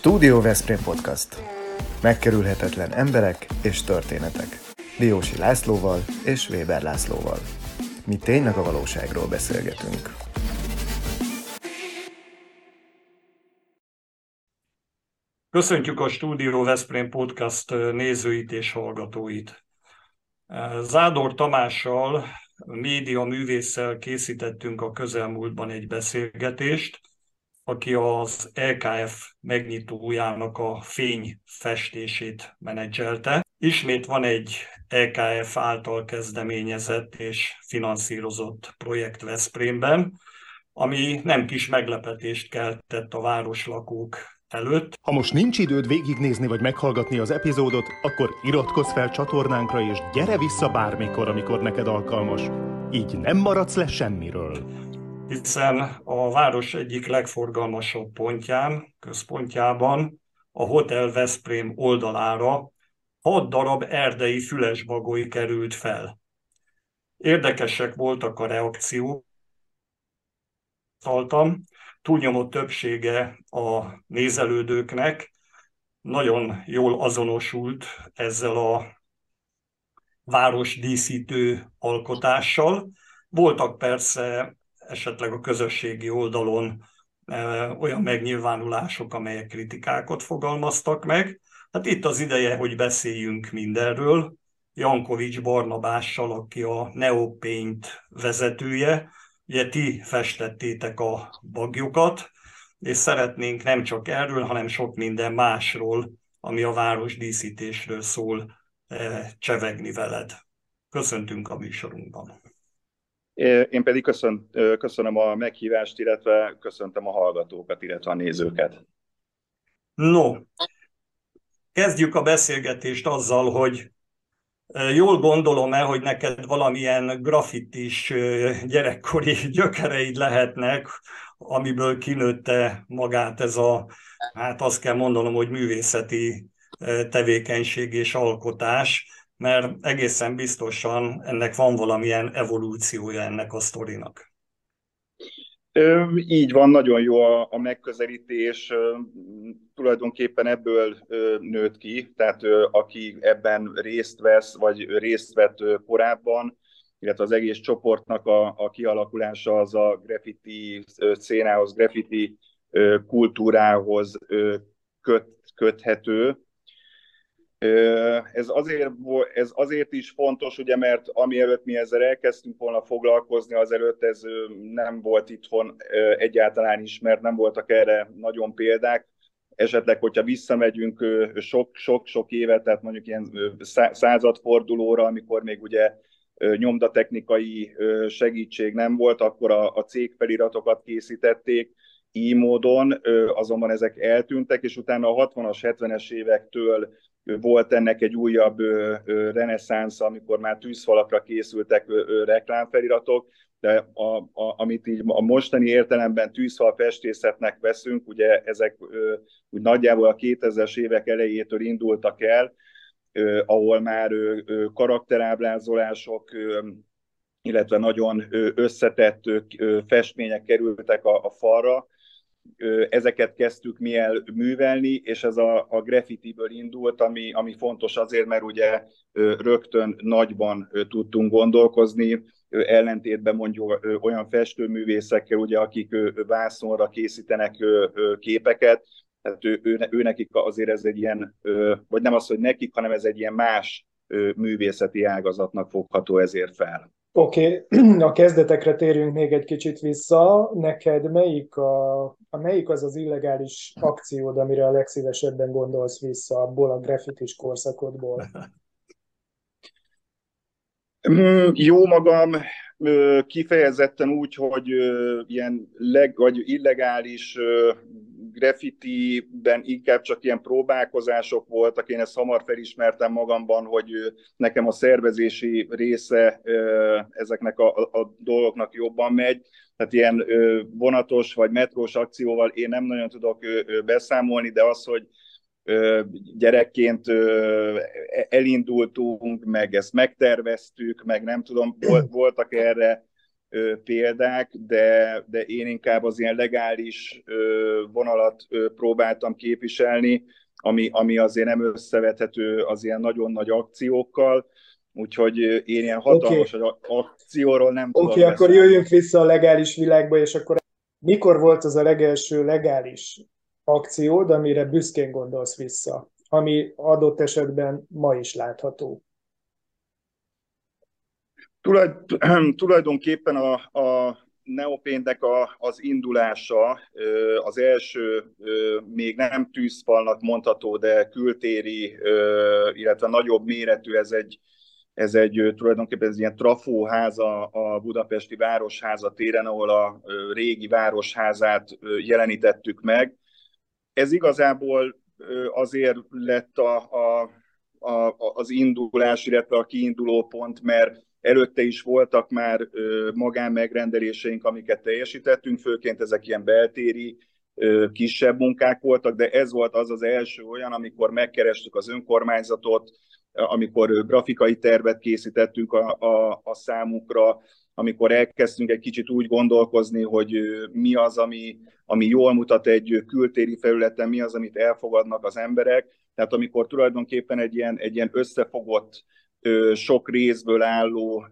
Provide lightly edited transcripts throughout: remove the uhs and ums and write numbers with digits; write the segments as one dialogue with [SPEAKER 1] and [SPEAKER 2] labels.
[SPEAKER 1] Stúdió Veszprém Podcast. Megkerülhetetlen emberek és történetek. Diósi Lászlóval és Weber Lászlóval. Mi tényleg a valóságról beszélgetünk.
[SPEAKER 2] Köszöntjük a Stúdió Veszprém Podcast nézőit és hallgatóit. Zádor Tamással, média művésszel készítettünk a közelmúltban egy beszélgetést, aki az EKF megnyitójának a fényfestését menedzselte. Ismét van egy EKF által kezdeményezett és finanszírozott projekt Veszprémben, ami nem kis meglepetést keltett a városlakók előtt.
[SPEAKER 3] Ha most nincs időd végignézni vagy meghallgatni az epizódot, akkor iratkozz fel csatornánkra és gyere vissza bármikor, amikor neked alkalmas. Így nem maradsz le semmiről.
[SPEAKER 2] Hiszen a város egyik legforgalmasabb pontján, központjában, a Hotel Veszprém oldalára 6 darab erdei fülesbagoly került fel. Érdekesek voltak a reakciók. Túlnyomó többsége a nézelődőknek nagyon jól azonosult ezzel a városdíszítő alkotással. Voltak persze esetleg a közösségi oldalon olyan megnyilvánulások, amelyek kritikákat fogalmaztak meg. Hát itt az ideje, hogy beszéljünk mindenről. Jankovics Barnabással, aki a Neopaint vezetője. Ugye ti festettétek a bagyokat, és szeretnénk nem csak erről, hanem sok minden másról, ami a városdíszítésről szól, csevegni veled. Köszöntünk a műsorunkban.
[SPEAKER 4] Én pedig köszönöm a meghívást, illetve köszöntöm a hallgatókat, illetve a nézőket.
[SPEAKER 2] No, kezdjük a beszélgetést azzal, hogy jól gondolom-e, hogy neked valamilyen graffitis gyerekkori gyökereid lehetnek, amiből kinőtte magát ez a, hát azt kell mondanom, hogy művészeti tevékenység és alkotás, mert egészen biztosan ennek van valamilyen evolúciója ennek a sztorinak.
[SPEAKER 4] Így van, nagyon jó a megközelítés, tulajdonképpen ebből nőtt ki, tehát aki ebben részt vesz, vagy részt vett korábban, illetve az egész csoportnak a kialakulása az a graffiti szénához, graffiti kultúrához köthető. Ez azért is fontos, ugye, mert amielőtt mi ezzel elkezdtünk volna foglalkozni, azelőtt ez nem volt itthon egyáltalán ismert, nem voltak erre nagyon példák. Esetleg, hogyha visszamegyünk sok évet, tehát mondjuk ilyen századfordulóra, amikor még ugye nyomdatechnikai segítség nem volt, akkor a cégfeliratokat készítették így módon, azonban ezek eltűntek, és utána a 60-as, 70-es évektől volt ennek egy újabb reneszánsz, amikor már tűzfalakra készültek reklámfeliratok, de amit így a mostani értelemben tűzfalfestészetnek veszünk, ugye ezek úgy nagyjából a 2000-es évek elejétől indultak el, ahol már karakterábrázolások, illetve nagyon összetett festmények kerültek a falra. Ezeket kezdtük mi el művelni, és ez a graffitiből indult, ami fontos azért, mert ugye rögtön nagyban tudtunk gondolkozni, ellentétben mondjuk olyan festőművészekkel, ugye, akik vászonra készítenek képeket, tehát ő nekik azért ez egy ilyen, vagy nem az, hogy nekik, hanem ez egy ilyen más művészeti ágazatnak fogható ezért fel.
[SPEAKER 5] Oké, a kezdetekre térjünk még egy kicsit vissza. Neked melyik az az illegális akciód, amire a legszívesebben gondolsz vissza abból a graffitis korszakodból?
[SPEAKER 4] Jó magam, kifejezetten úgy, hogy ilyen vagy illegális graffitiben inkább csak ilyen próbálkozások voltak. Én ezt hamar felismertem magamban, hogy nekem a szervezési része ezeknek a dolgoknak jobban megy. Tehát ilyen vonatos vagy metrós akcióval én nem nagyon tudok beszámolni, de az, hogy gyerekként elindultunk, meg ezt megterveztük, meg nem tudom, voltak erre példák, de én inkább az ilyen legális vonalat próbáltam képviselni, ami azért nem összevethető az ilyen nagyon nagy akciókkal, úgyhogy én ilyen hatalmas akcióról nem tudok
[SPEAKER 5] beszélni. Akkor
[SPEAKER 4] beszélni.
[SPEAKER 5] jöjjünk vissza a legális világba, és akkor mikor volt az a legelső legális akciód, amire büszkén gondolsz vissza, ami adott esetben ma is látható?
[SPEAKER 4] Tulajdonképpen a Neopéntek az indulása, az első még nem tűzfalnak mondható, de kültéri, illetve nagyobb méretű, ez egy tulajdonképpen ez ilyen trafóháza a budapesti Városháza téren, ahol a régi Városházát jelenítettük meg. Ez igazából azért lett az indulás, illetve a kiinduló pont, mert előtte is voltak már magánmegrendeléseink, amiket teljesítettünk, főként ezek ilyen beltéri, kisebb munkák voltak, de ez volt az első olyan, amikor megkerestük az önkormányzatot, amikor grafikai tervet készítettünk a számukra, amikor elkezdtünk egy kicsit úgy gondolkozni, hogy mi az, ami jól mutat egy kültéri felületen, mi az, amit elfogadnak az emberek. Tehát amikor tulajdonképpen egy ilyen összefogott, sok részből álló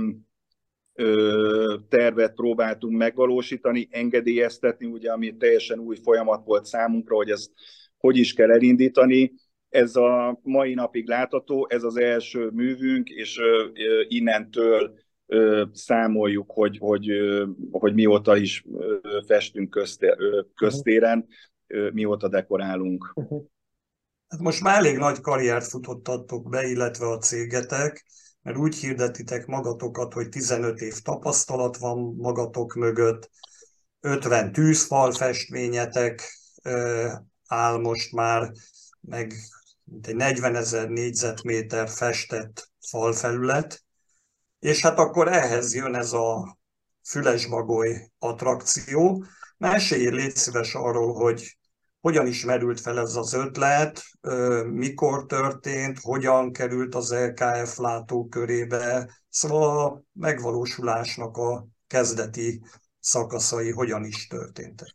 [SPEAKER 4] tervet próbáltunk megvalósítani, engedélyeztetni, ugye, ami teljesen új folyamat volt számunkra, hogy ezt hogy is kell elindítani. Ez a mai napig látható, ez az első művünk, és innentől számoljuk, hogy mióta is festünk köztéren, mióta dekorálunk.
[SPEAKER 2] Hát most már elég nagy karriert futottatok be, illetve a cégetek, mert úgy hirdetitek magatokat, hogy 15 év tapasztalat van magatok mögött, 50 tűzfal festményetek áll most már, meg egy 40 000 négyzetméter festett falfelület, és hát akkor ehhez jön ez a Fülesbagoly attrakció. Mesélj, légy szíves arról, hogy hogyan is merült fel ez az ötlet, mikor történt, hogyan került az LKF látókörébe, szóval a megvalósulásnak a kezdeti szakaszai hogyan is történtek.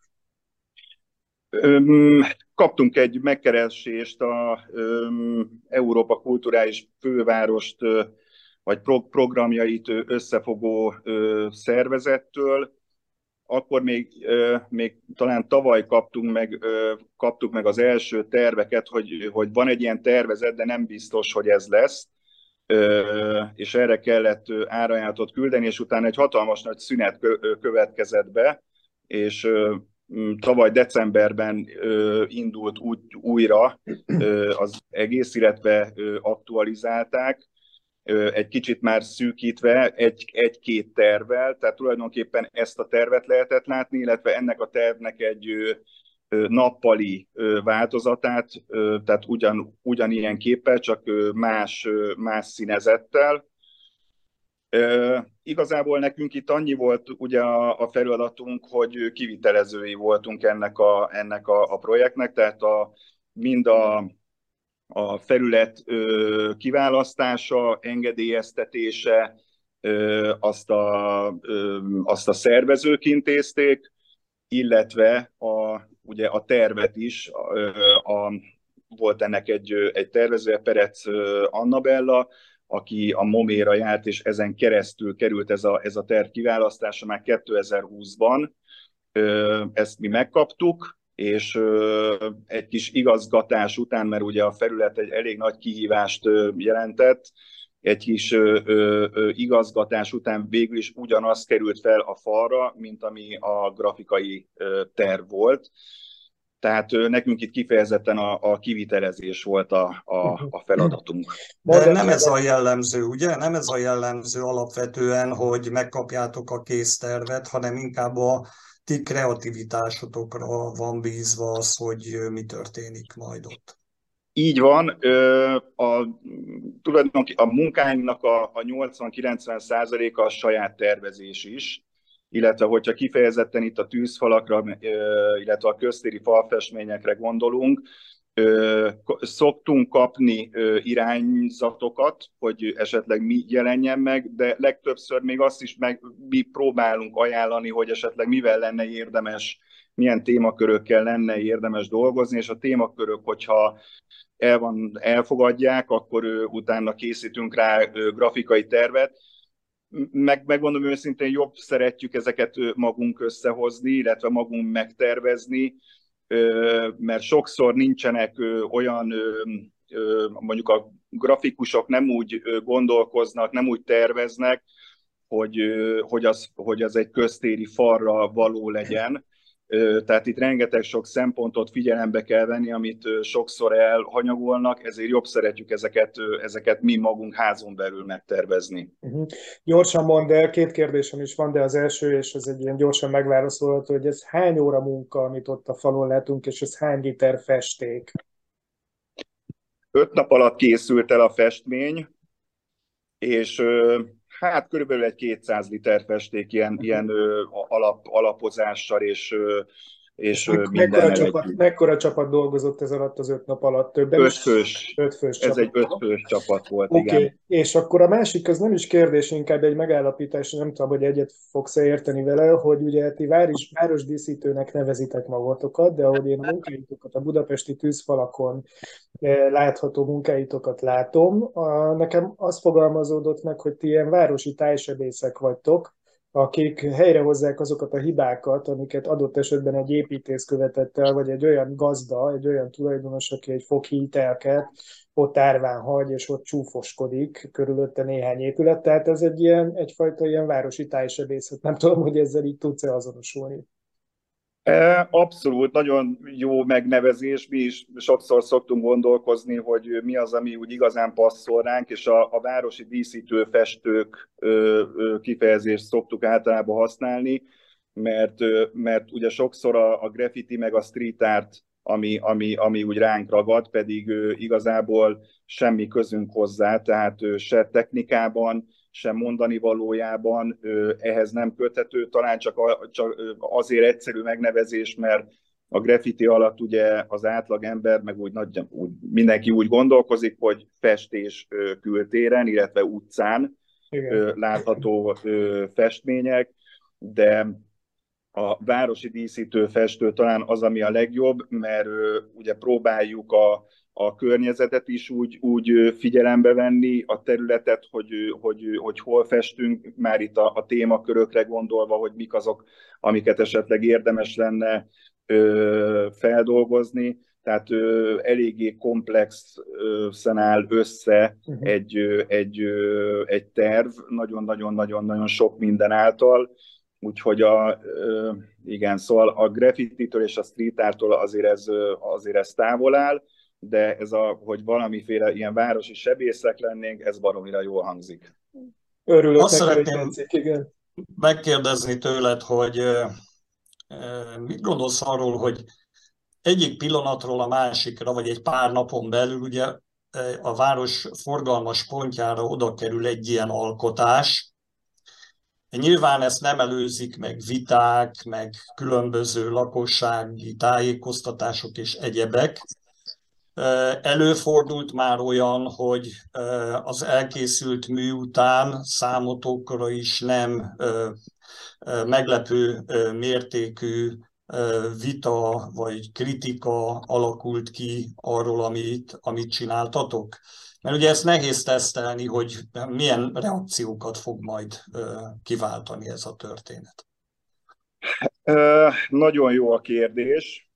[SPEAKER 4] Kaptunk egy megkeresést a Európa Kulturális Fővárost vagy programjait összefogó szervezettől. Akkor még talán tavaly kaptuk meg az első terveket, hogy van egy ilyen tervezet, de nem biztos, hogy ez lesz. És erre kellett árajánlatot küldeni, és utána egy hatalmas nagy szünet következett be, és tavaly decemberben indult újra az egész, illetve aktualizálták, egy kicsit már szűkítve, egy-két tervvel, tehát tulajdonképpen ezt a tervet lehetett látni, illetve ennek a tervnek egy nappali változatát, tehát ugyanilyen képpel, csak más színezettel. Igazából nekünk itt annyi volt ugye a feladatunk, hogy kivitelezői voltunk ennek a projektnek, tehát mind a felület kiválasztása, engedélyeztetése, azt a szervezők intézték, illetve ugye a tervet is, volt ennek egy tervezője, Perec Annabella, aki a MOMÉ-ra járt, és ezen keresztül került ez a terv kiválasztása már 2020-ban. Ezt mi megkaptuk, és egy kis igazgatás után, mert ugye a felület egy elég nagy kihívást jelentett, egy kis igazgatás után végül is ugyanaz került fel a falra, mint ami a grafikai terv volt. Tehát nekünk itt kifejezetten a kivitelezés volt a feladatunk.
[SPEAKER 2] De nem ez a jellemző, ugye? Nem ez a jellemző alapvetően, hogy megkapjátok a késztervet, hanem inkább a ti kreativitásotokra van bízva az, hogy mi történik majd ott.
[SPEAKER 4] Így van. Tulajdonképpen a munkáinknak a 80-90%-a a saját tervezés is, illetve hogyha kifejezetten itt a tűzfalakra, illetve a köztéri falfestményekre gondolunk, Szoktunk kapni irányzatokat, hogy esetleg mi jelenjen meg, de legtöbbször még azt is mi próbálunk ajánlani, hogy esetleg mivel lenne érdemes, milyen témakörökkel lenne érdemes dolgozni, és a témakörök, hogyha elfogadják, akkor utána készítünk rá grafikai tervet. Megmondom őszintén, jobb szeretjük ezeket magunk összehozni, illetve magunk megtervezni, mert sokszor nincsenek olyan, mondjuk a grafikusok nem úgy gondolkoznak, nem úgy terveznek, hogy az egy köztéri falra való legyen. Tehát itt rengeteg sok szempontot figyelembe kell venni, amit sokszor elhanyagolnak, ezért jobb szeretjük ezeket mi magunk házon belül megtervezni.
[SPEAKER 5] Gyorsan mondd el, 2 kérdésem is van, de az első, és ez egy ilyen gyorsan megválaszolható, hogy ez hány óra munka, amit ott a falon látunk, és ez hány liter festék?
[SPEAKER 4] 5 nap alatt készült el a festmény, és hát körülbelül egy 200 liter festék ilyen alapozással és
[SPEAKER 5] mekkora csapat dolgozott ez alatt az 5 nap alatt? Többen?
[SPEAKER 4] 5 fős.
[SPEAKER 5] 5 fős
[SPEAKER 4] ez
[SPEAKER 5] csapat.
[SPEAKER 4] egy 5 fős csapat volt,
[SPEAKER 5] Okay.
[SPEAKER 4] igen.
[SPEAKER 5] És akkor a másik, az nem is kérdés, inkább egy megállapítás, nem tudom, hogy egyet fogsz-e érteni vele, hogy ugye ti városdíszítőnek nevezitek magatokat, de ahogy én a munkáitokat, a budapesti tűzfalakon látható munkáitokat látom, nekem az fogalmazódott meg, hogy ti ilyen városi tájsebészek vagytok, akik helyrehozzák azokat a hibákat, amiket adott esetben egy építész követett el, vagy egy olyan gazda, egy olyan tulajdonos, aki egy foghítelket ott árván hagy, és ott csúfoskodik körülötte néhány épület. Tehát ez egyfajta ilyen városi tájsebészet. Nem tudom, hogy ezzel így tudsz-e azonosulni.
[SPEAKER 4] Abszolút, nagyon jó megnevezés. Mi is sokszor szoktunk gondolkozni, hogy mi az, ami úgy igazán passzol ránk, és a városi díszítő festők kifejezést szoktuk általában használni, mert ugye sokszor a graffiti meg a street art, ami úgy ránk ragad, pedig igazából semmi közünk hozzá, tehát se technikában, sem mondani valójában ehhez nem köthető, talán csak azért egyszerű megnevezés, mert a graffiti alatt ugye az átlagember, meg úgy mindenki úgy gondolkozik, hogy festés kültéren, illetve utcán látható festmények, de a városi díszítő festő talán az, ami a legjobb, mert ugye próbáljuk a környezetet is úgy figyelembe venni, a területet, hogy hol festünk, már itt a témakörökre gondolva, hogy mik azok, amiket esetleg érdemes lenne feldolgozni. Tehát eléggé komplexen áll össze egy terv, nagyon-nagyon sok minden által. Úgyhogy igen, szóval a graffititől és a street arttól azért ez távol áll, de hogy valamiféle ilyen városi sebészek lennénk, ez baromira jól hangzik.
[SPEAKER 5] Örülök
[SPEAKER 2] Azt
[SPEAKER 5] neki,
[SPEAKER 2] szeretném
[SPEAKER 5] tetszik, igen.
[SPEAKER 2] megkérdezni tőled, hogy mit gondolsz arról, hogy egyik pillanatról a másikra, vagy egy pár napon belül ugye a város forgalmas pontjára oda kerül egy ilyen alkotás. Nyilván ezt nem előzik meg viták, meg különböző lakossági tájékoztatások és egyebek. Előfordult már olyan, hogy az elkészült mű után számotokra is nem meglepő mértékű vita vagy kritika alakult ki arról, amit csináltatok? Mert ugye ezt nehéz tesztelni, hogy milyen reakciókat fog majd kiváltani ez a történet.
[SPEAKER 4] Nagyon jó a kérdés.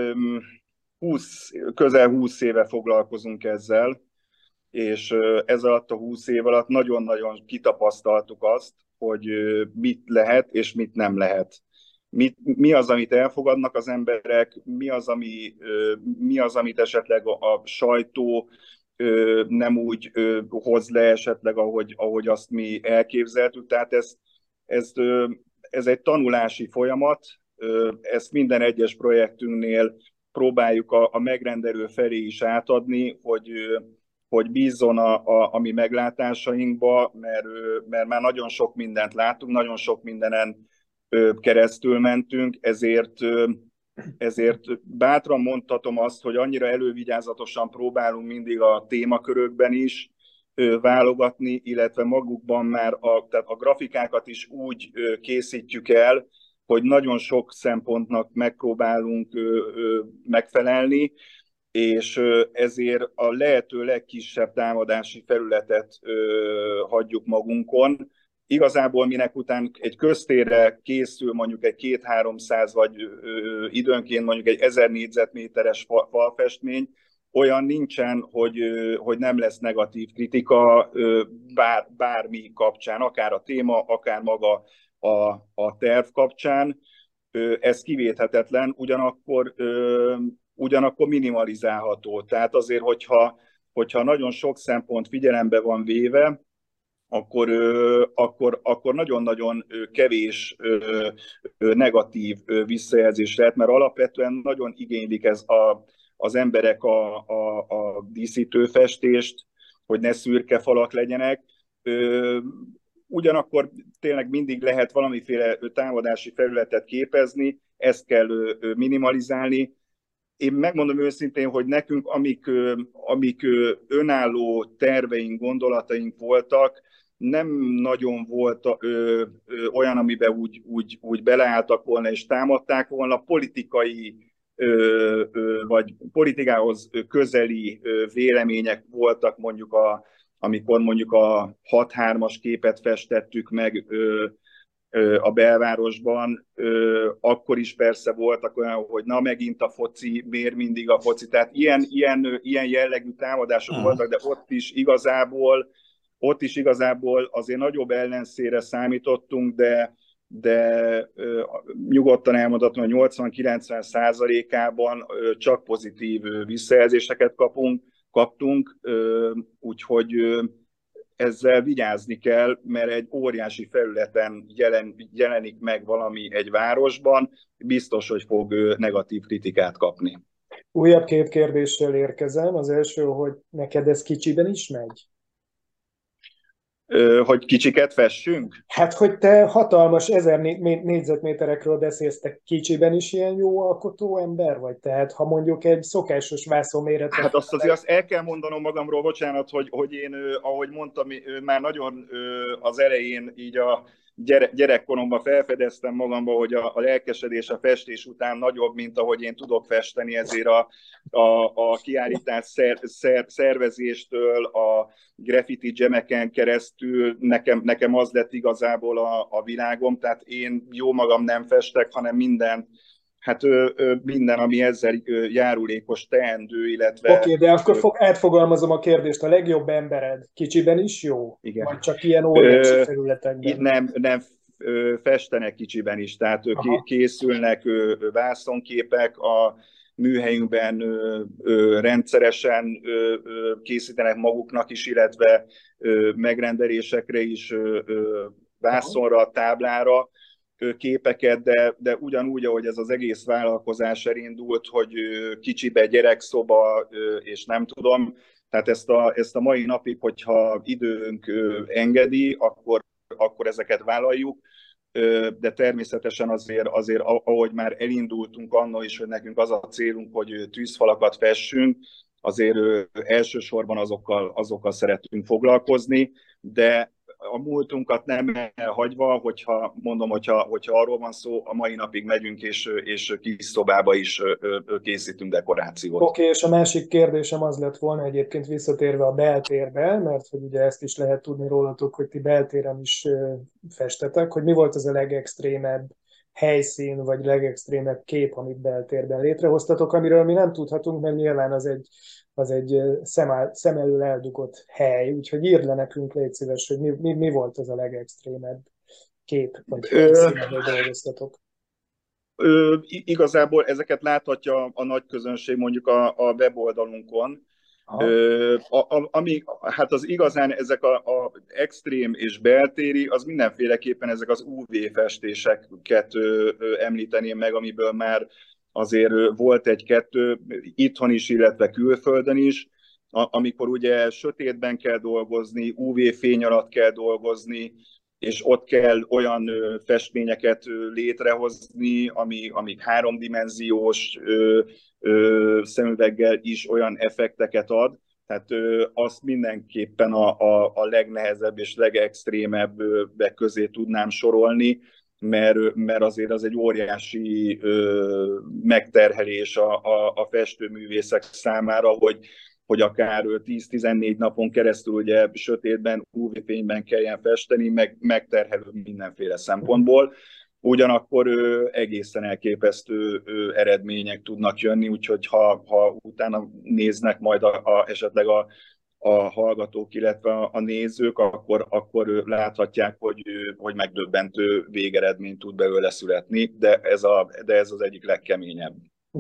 [SPEAKER 4] Közel 20 éve foglalkozunk ezzel, és ez alatt a 20 év alatt nagyon-nagyon kitapasztaltuk azt, hogy mit lehet és mit nem lehet. Mi az, amit elfogadnak az emberek, mi az, amit esetleg a sajtó nem úgy hoz le esetleg, ahogy azt mi elképzeltük. Tehát ez egy tanulási folyamat, ezt minden egyes projektünknél próbáljuk a megrendelő felé is átadni, hogy bízzon a mi meglátásainkba, mert már nagyon sok mindent látunk, nagyon sok mindenen keresztül mentünk, ezért ezért bátran mondhatom azt, hogy annyira elővigyázatosan próbálunk mindig a témakörökben is válogatni, illetve magukban már tehát a grafikákat is úgy készítjük el, hogy nagyon sok szempontnak megpróbálunk megfelelni, és ezért a lehető legkisebb támadási felületet hagyjuk magunkon. Igazából minek után egy köztérre készül mondjuk egy 200-300 vagy időnként mondjuk egy 1000 négyzetméteres falfestmény, olyan nincsen, hogy nem lesz negatív kritika bármi kapcsán, akár a téma, akár maga a terv kapcsán. Ez kivéthetetlen, ugyanakkor minimalizálható. Tehát azért, hogyha nagyon sok szempont figyelembe van véve, akkor nagyon-nagyon kevés negatív visszajelzés lehet, mert alapvetően nagyon igénylik az emberek a díszítőfestést, hogy ne szürke falak legyenek. Ugyanakkor tényleg mindig lehet valamiféle támadási felületet képezni, ezt kell minimalizálni. Én megmondom őszintén, hogy nekünk, amik önálló terveink, gondolataink voltak, nem nagyon volt olyan, amiben úgy beleálltak volna és támadták volna. Politikai vagy politikához közeli vélemények voltak, amikor mondjuk a 6-3-as képet festettük meg a belvárosban, akkor is persze voltak olyan, hogy na megint a foci, miért mindig a foci. Tehát ilyen jellegű támadások voltak, de ott is igazából azért nagyobb ellenszére számítottunk, de nyugodtan elmondhatom, hogy 80-90%-ában csak pozitív visszajelzéseket kaptunk, úgyhogy ezzel vigyázni kell, mert egy óriási felületen jelenik meg valami egy városban, biztos, hogy fog negatív kritikát kapni.
[SPEAKER 5] Újabb 2 kérdéssel érkezem. Az első, hogy neked ez kicsiben is megy?
[SPEAKER 4] Hogy kicsiket fessünk?
[SPEAKER 5] Hát, hogy te hatalmas 1000 négyzetméterekről beszélsz, te kicsiben is ilyen jó alkotó ember vagy? Tehát, ha mondjuk egy szokásos vászonméretet...
[SPEAKER 4] Hát azt el kell mondanom magamról, bocsánat, hogy én, ahogy mondtam, már nagyon az elején így a gyerekkoromban felfedeztem magamba, hogy a lelkesedés a festés után nagyobb, mint ahogy én tudok festeni, ezért a kiállítás szervezéstől, a graffiti jameken keresztül nekem az lett igazából a világom, tehát én jó magam nem festek, hanem minden, ami ezzel járulékos teendő, illetve...
[SPEAKER 5] Oké, de akkor átfogalmazom a kérdést. A legjobb embered kicsiben is jó?
[SPEAKER 4] Igen.
[SPEAKER 5] Vagy csak ilyen óriási területekben?
[SPEAKER 4] Nem, festenek kicsiben is, tehát készülnek vászonképek, a műhelyünkben rendszeresen készítenek maguknak is, illetve megrendelésekre is, vászonra, táblára képeket, de ugyanúgy, ahogy ez az egész vállalkozás elindult, hogy kicsibe gyerekszoba, és nem tudom, tehát ezt a mai napig, hogyha időnk engedi, akkor ezeket vállaljuk, de természetesen azért ahogy már elindultunk anno is, hogy nekünk az a célunk, hogy tűzfalakat fessünk, azért elsősorban azokkal szeretünk foglalkozni, de a múltunkat nem elhagyva, hogyha arról van szó, a mai napig megyünk, és kis szobába is készítünk dekorációt.
[SPEAKER 5] Oké, és a másik kérdésem az lett volna egyébként visszatérve a beltérbe, mert hogy ugye ezt is lehet tudni rólatok, hogy ti beltéren is festetek, hogy mi volt az a legextrémebb helyszín, vagy legextrémebb kép, amit beltérben létrehoztatok, amiről mi nem tudhatunk, mert nyilván az egy szem elől eldugott hely, úgyhogy írd le nekünk, légy szíves, hogy mi volt az a legextrémebb kép, vagy helyszín, ahol dolgoztatok.
[SPEAKER 4] Igazából ezeket láthatja a nagy közönség mondjuk a weboldalunkon. Hát az igazán ezek a extrém és beltéri, az mindenféleképpen ezek az UV festéseket említeném meg, amiből már azért volt 1-2 itthon is, illetve külföldön is, amikor ugye sötétben kell dolgozni, UV fény alatt kell dolgozni, és ott kell olyan festményeket létrehozni, amik háromdimenziós szemüveggel is olyan effekteket ad. Tehát azt mindenképpen a legnehezebb és legextrémebb közé tudnám sorolni, mert azért az egy óriási megterhelés a festőművészek számára, hogy akár 10-14 napon keresztül ugye sötétben, UV-fényben kelljen festeni, meg megterhelő mindenféle szempontból. Ugyanakkor egészen elképesztő eredmények tudnak jönni, úgyhogy ha utána néznek majd esetleg a hallgatók, illetve a nézők, akkor láthatják, hogy megdöbbentő végeredmény tud belőle születni, de ez az egyik legkeményebb.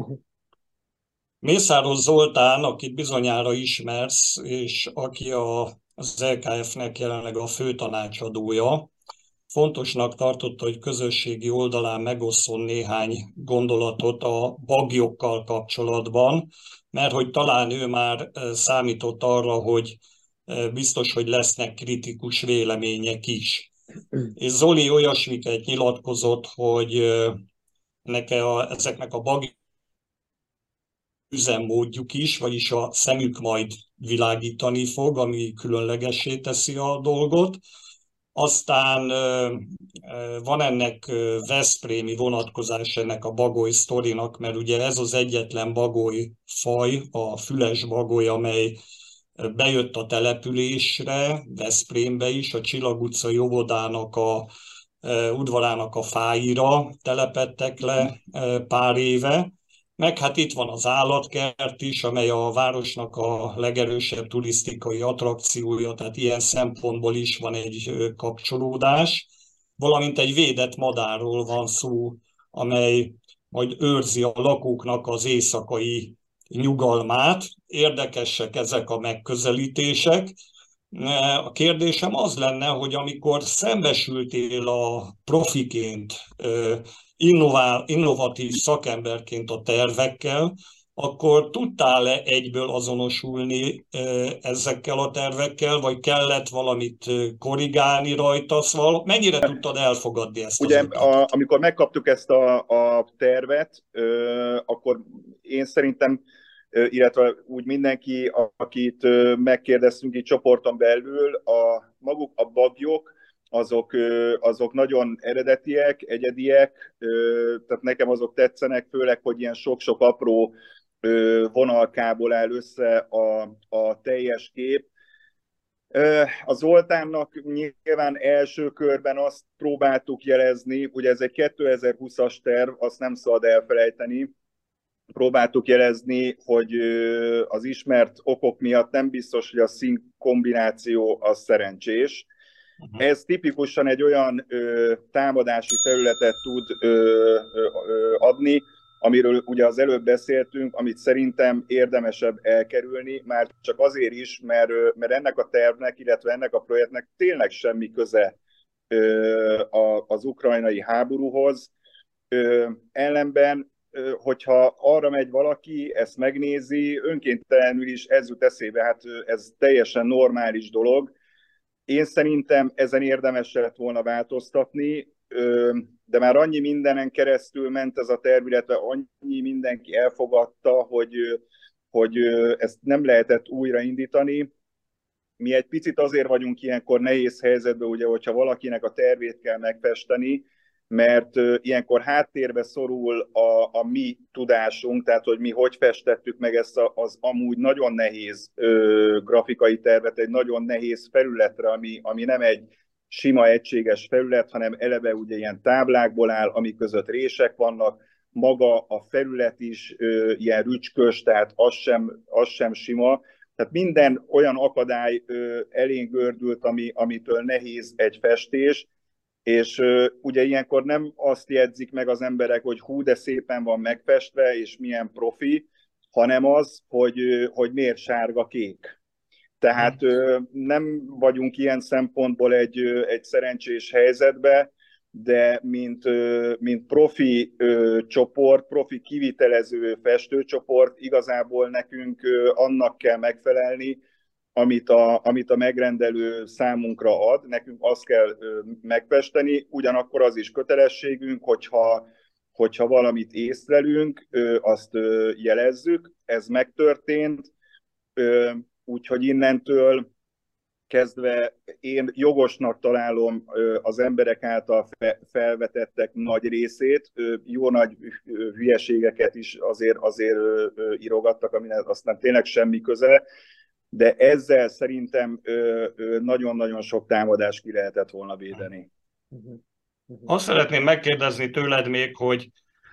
[SPEAKER 2] Mészáros Zoltán, akit bizonyára ismersz, és aki az LKF-nek jelenleg a főtanácsadója, fontosnak tartotta, hogy közösségi oldalán megosszon néhány gondolatot a baglyokkal kapcsolatban, mert hogy talán ő már számított arra, hogy biztos, hogy lesznek kritikus vélemények is. És Zoli olyasmiket nyilatkozott, hogy ezeknek a bagyok üzemmódjuk is, vagyis a szemük majd világítani fog, ami különlegessé teszi a dolgot. Aztán van ennek veszprémi vonatkozás ennek a bagoly sztorinak, mert ugye ez az egyetlen bagoly faj, a füles bagoly, amely bejött a településre, Veszprémbe is, a Csillag utcai óvodának udvarának a fáira telepedtek le pár éve. Meg hát itt van az állatkert is, amely a városnak a legerősebb turisztikai attrakciója, tehát ilyen szempontból is van egy kapcsolódás. Valamint egy védett madárról van szó, amely majd őrzi a lakóknak az éjszakai nyugalmát. Érdekesek ezek a megközelítések. A kérdésem az lenne, hogy amikor szembesültél a profiként, innovatív szakemberként a tervekkel, akkor tudtál-e egyből azonosulni ezekkel a tervekkel, vagy kellett valamit korrigálni rajta? Szóval mennyire tudtad elfogadni ezt
[SPEAKER 4] ugye,
[SPEAKER 2] az ötletet?
[SPEAKER 4] amikor megkaptuk ezt a tervet, akkor én szerintem, illetve úgy mindenki, akit megkérdeztünk itt csoporton belül, maguk a bagyok, azok nagyon eredetiek, egyediek, tehát nekem azok tetszenek, főleg, hogy ilyen sok-sok apró vonalkából áll össze a teljes kép. A Zoltánnak nyilván első körben azt próbáltuk jelezni, ugye ez egy 2020-as terv, azt nem szabad elfelejteni, próbáltuk jelezni, hogy az ismert okok miatt nem biztos, hogy a szín kombináció az szerencsés. Ez tipikusan egy olyan támadási területet tud adni, amiről ugye az előbb beszéltünk, amit szerintem érdemesebb elkerülni, már csak azért is, mert ennek a tervnek, illetve ennek a projektnek tényleg semmi köze az ukrajnai háborúhoz. Ellenben, hogyha arra megy valaki, ezt megnézi, önkéntelenül is ez jut eszébe, hát ez teljesen normális dolog. Én szerintem ezen érdemes lett volna változtatni, de már annyi mindenen keresztül ment ez a terv, illetve annyi mindenki elfogadta, hogy ezt nem lehetett újraindítani. Mi egy picit azért vagyunk ilyenkor nehéz helyzetben, ugye, hogyha valakinek a tervét kell megfesteni, mert ilyenkor háttérbe szorul a mi tudásunk, tehát hogy mi hogy festettük meg ezt az amúgy nagyon nehéz grafikai tervet, egy nagyon nehéz felületre, ami nem egy sima egységes felület, hanem eleve ugye ilyen táblákból áll, ami között rések vannak, maga a felület is ilyen rücskös, tehát az sem sima. Tehát minden olyan akadály elénk gördült, amitől nehéz egy festés, és ugye ilyenkor nem azt jegyzik meg az emberek, hogy hú, de szépen van megfestve, és milyen profi, hanem az, hogy miért sárga-kék. Tehát nem vagyunk ilyen szempontból egy szerencsés helyzetben, de mint profi csoport, profi kivitelező festőcsoport, igazából nekünk annak kell megfelelni, amit a megrendelő számunkra ad, nekünk azt kell megfesteni, ugyanakkor az is kötelességünk, hogyha valamit észlelünk, azt jelezzük, ez megtörtént, úgyhogy innentől kezdve én jogosnak találom az emberek által felvetettek nagy részét, jó nagy hülyeségeket is azért írogattak, aminek aztán tényleg semmi köze, de ezzel szerintem nagyon-nagyon sok támadást ki lehetett volna védeni.
[SPEAKER 2] Azt szeretném megkérdezni tőled még, hogy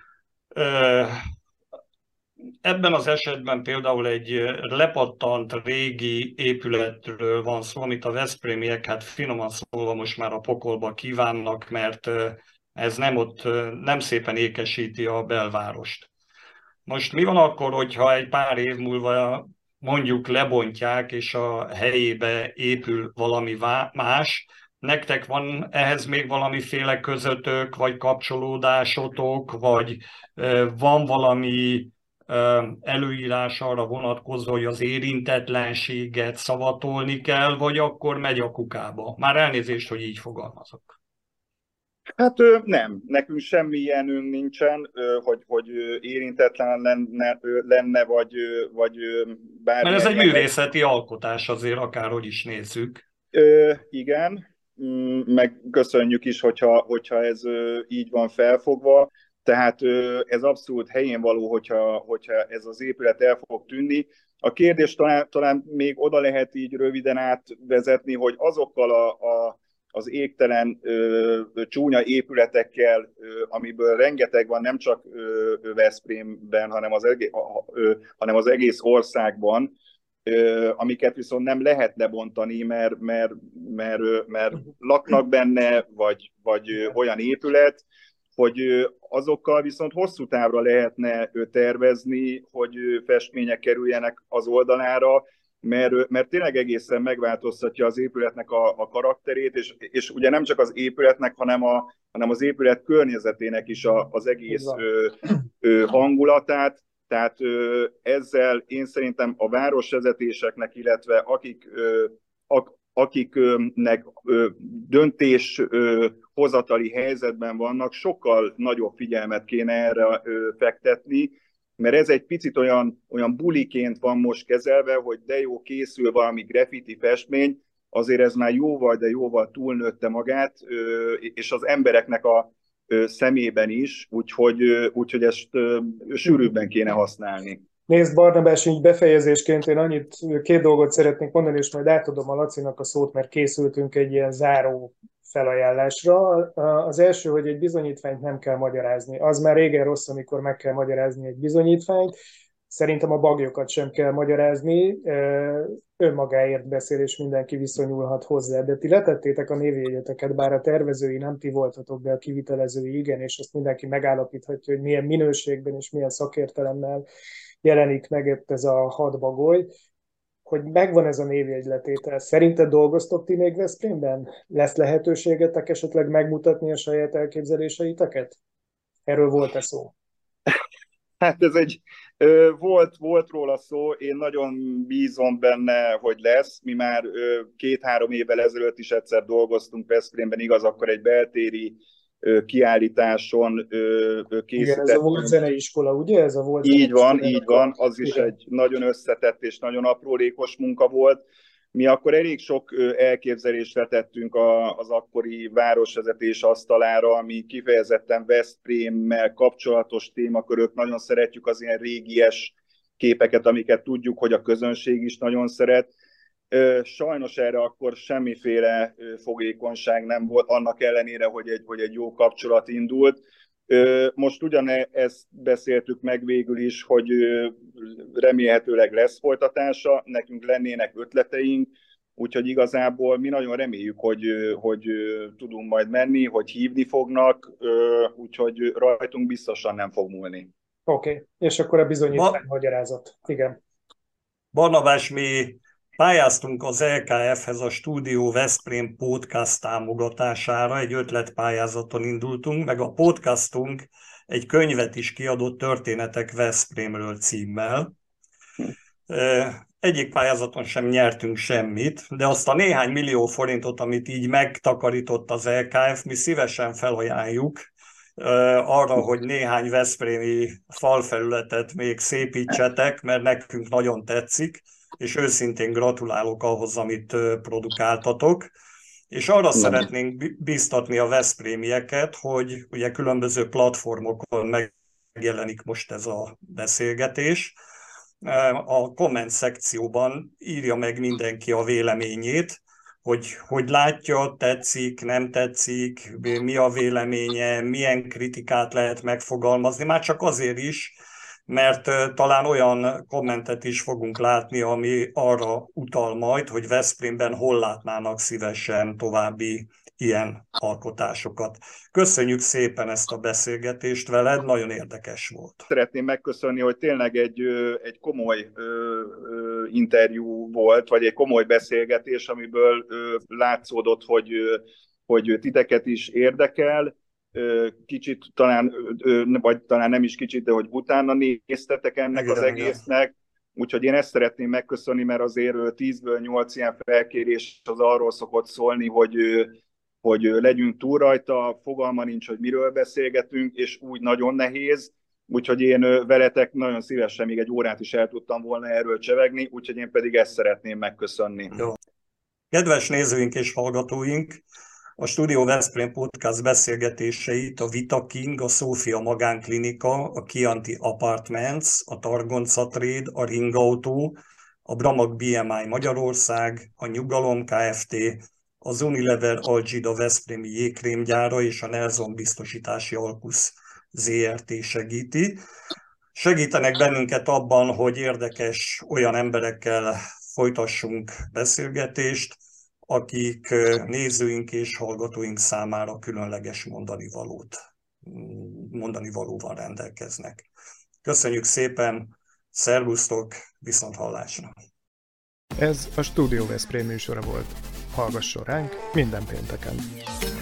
[SPEAKER 2] ebben az esetben például egy lepattant régi épületről van szó, amit a veszprémiek, hát finoman szólva most már a pokolba kívánnak, mert ez nem szépen ékesíti a belvárost. Most mi van akkor, hogyha egy pár év múlva mondjuk lebontják, és a helyébe épül valami más? Nektek van ehhez még valamiféle közöttök, vagy kapcsolódásotok, vagy van valami előírás arra vonatkozó, hogy az érintetlenséget szavatolni kell, vagy akkor megy a kukába? Már elnézést, hogy így fogalmazok.
[SPEAKER 4] Hát nem, nekünk semmi ilyenünk nincsen, hogy érintetlen lenne vagy bármilyen.
[SPEAKER 2] Mert ez egy művészeti alkotás azért, akárhogy is nézzük.
[SPEAKER 4] Igen, meg köszönjük is, hogyha ez így van felfogva. Tehát ez abszolút helyén való, hogyha ez az épület el fog tűnni. A kérdés talán még oda lehet így röviden átvezetni, hogy azokkal az égtelen csúnya épületekkel, amiből rengeteg van, nem csak Veszprémben, hanem az egész országban, amiket viszont nem lehet lebontani, mert laknak benne, vagy olyan épület, hogy azokkal viszont hosszú távra lehetne tervezni, hogy festmények kerüljenek az oldalára, mert tényleg egészen megváltoztatja az épületnek a karakterét, és ugye nem csak az épületnek, hanem az épület környezetének is az egész hangulatát. Tehát ezzel én szerintem a városvezetéseknek, illetve akiknek döntéshozatali helyzetben vannak, sokkal nagyobb figyelmet kéne erre fektetni, mert ez egy picit olyan buliként van most kezelve, hogy de jó, készül valami graffiti festmény, azért ez már jóval túlnőtte magát, és az embereknek a szemében is, úgyhogy ezt sűrűbben kéne használni.
[SPEAKER 5] Nézd, Barnabás, így befejezésként én két dolgot szeretnék mondani, és majd átadom a Lacinak a szót, mert készültünk egy ilyen záró felajánlásra. Az első, hogy egy bizonyítványt nem kell magyarázni. Az már régen rossz, amikor meg kell magyarázni egy bizonyítványt. Szerintem a baglyokat sem kell magyarázni. Önmagáért beszél, és mindenki viszonyulhat hozzá. De ti letettétek a névjegyeteket, bár a tervezői nem ti voltatok, de a kivitelezői igen, és azt mindenki megállapíthatja, hogy milyen minőségben és milyen szakértelemmel jelenik meg ez a 6 bagoly, hogy megvan ez a névjegyletétel. Szerinted dolgoztok ti még Veszprémben? Lesz lehetőségetek esetleg megmutatni a saját elképzeléseiteket? Erről volt-e szó?
[SPEAKER 4] Hát ez volt róla szó, én nagyon bízom benne, hogy lesz. Mi már 2-3 évvel ezelőtt is egyszer dolgoztunk Veszprémben, igaz, akkor egy beltéri kiállításon készítettünk.
[SPEAKER 5] Igen, ez a volt zeneiskola, ugye? Ez a volt
[SPEAKER 4] így van, az is igen. Egy nagyon összetett és nagyon aprólékos munka volt. Mi akkor elég sok elképzelést vetettünk az akkori városvezetés asztalára, ami kifejezetten Veszprémmel kapcsolatos témakörök. Nagyon szeretjük az ilyen régies képeket, amiket tudjuk, hogy a közönség is nagyon szeret. Sajnos erre akkor semmiféle fogékonyság nem volt, annak ellenére, hogy egy jó kapcsolat indult. Most ugyanezt beszéltük meg végül is, hogy remélhetőleg lesz folytatása, nekünk lennének ötleteink, úgyhogy igazából mi nagyon reméljük, hogy tudunk majd menni, hogy hívni fognak, úgyhogy rajtunk biztosan nem fog múlni.
[SPEAKER 5] Oké. És akkor a bizonyítvány magyarázat. Igen.
[SPEAKER 2] Barnabás, mi pályáztunk az LKF-hez, a Stúdió Veszprém podcast támogatására, egy ötletpályázaton indultunk, meg a podcastunk egy könyvet is kiadott, Történetek Veszprémről címmel. egyik pályázaton sem nyertünk semmit, de azt a néhány millió forintot, amit így megtakarított az LKF, mi szívesen felajánljuk arra, hogy néhány veszprémi falfelületet még szépítsetek, mert nekünk nagyon tetszik, és őszintén gratulálok ahhoz, amit produkáltatok. És arra szeretnénk bíztatni a veszprémieket, hogy ugye különböző platformokon megjelenik most ez a beszélgetés. A komment szekcióban írja meg mindenki a véleményét, hogy látja, tetszik, nem tetszik, mi a véleménye, milyen kritikát lehet megfogalmazni, már csak azért is, mert talán olyan kommentet is fogunk látni, ami arra utal majd, hogy Veszprémben hol látnának szívesen további ilyen alkotásokat. Köszönjük szépen ezt a beszélgetést veled, nagyon érdekes volt.
[SPEAKER 4] Szeretném megköszönni, hogy tényleg egy komoly interjú volt, vagy egy komoly beszélgetés, amiből látszódott, hogy titeket is érdekel, kicsit talán, vagy talán nem is kicsit, de hogy utána néztetek ennek az egésznek. Úgyhogy én ezt szeretném megköszönni, mert azért 10-ből 8 ilyen felkérés az arról szokott szólni, hogy legyünk túl rajta, fogalma nincs, hogy miről beszélgetünk, és úgy nagyon nehéz. Úgyhogy én veletek nagyon szívesen még egy órát is el tudtam volna erről csevegni, úgyhogy én pedig ezt szeretném megköszönni.
[SPEAKER 2] Jó. Kedves nézőink és hallgatóink, a Studio Veszprém Podcast beszélgetéseit a Vita King, a Szófia Magánklinika, a Chianti Apartments, a Targonca Trade, a Ringautó, a Bramag BMI Magyarország, a Nyugalom Kft., az Unilever Algida Veszprémi jégkrémgyára és a Nelson Biztosítási Alkusz ZRT segíti. Segítenek bennünket abban, hogy érdekes olyan emberekkel folytassunk beszélgetést, akik nézőink és hallgatóink számára különleges mondani valóval rendelkeznek. Köszönjük szépen, szervusztok, viszonthallásra!
[SPEAKER 1] Ez a Studio Veszprém műsora volt. Hallgasson ránk minden pénteken!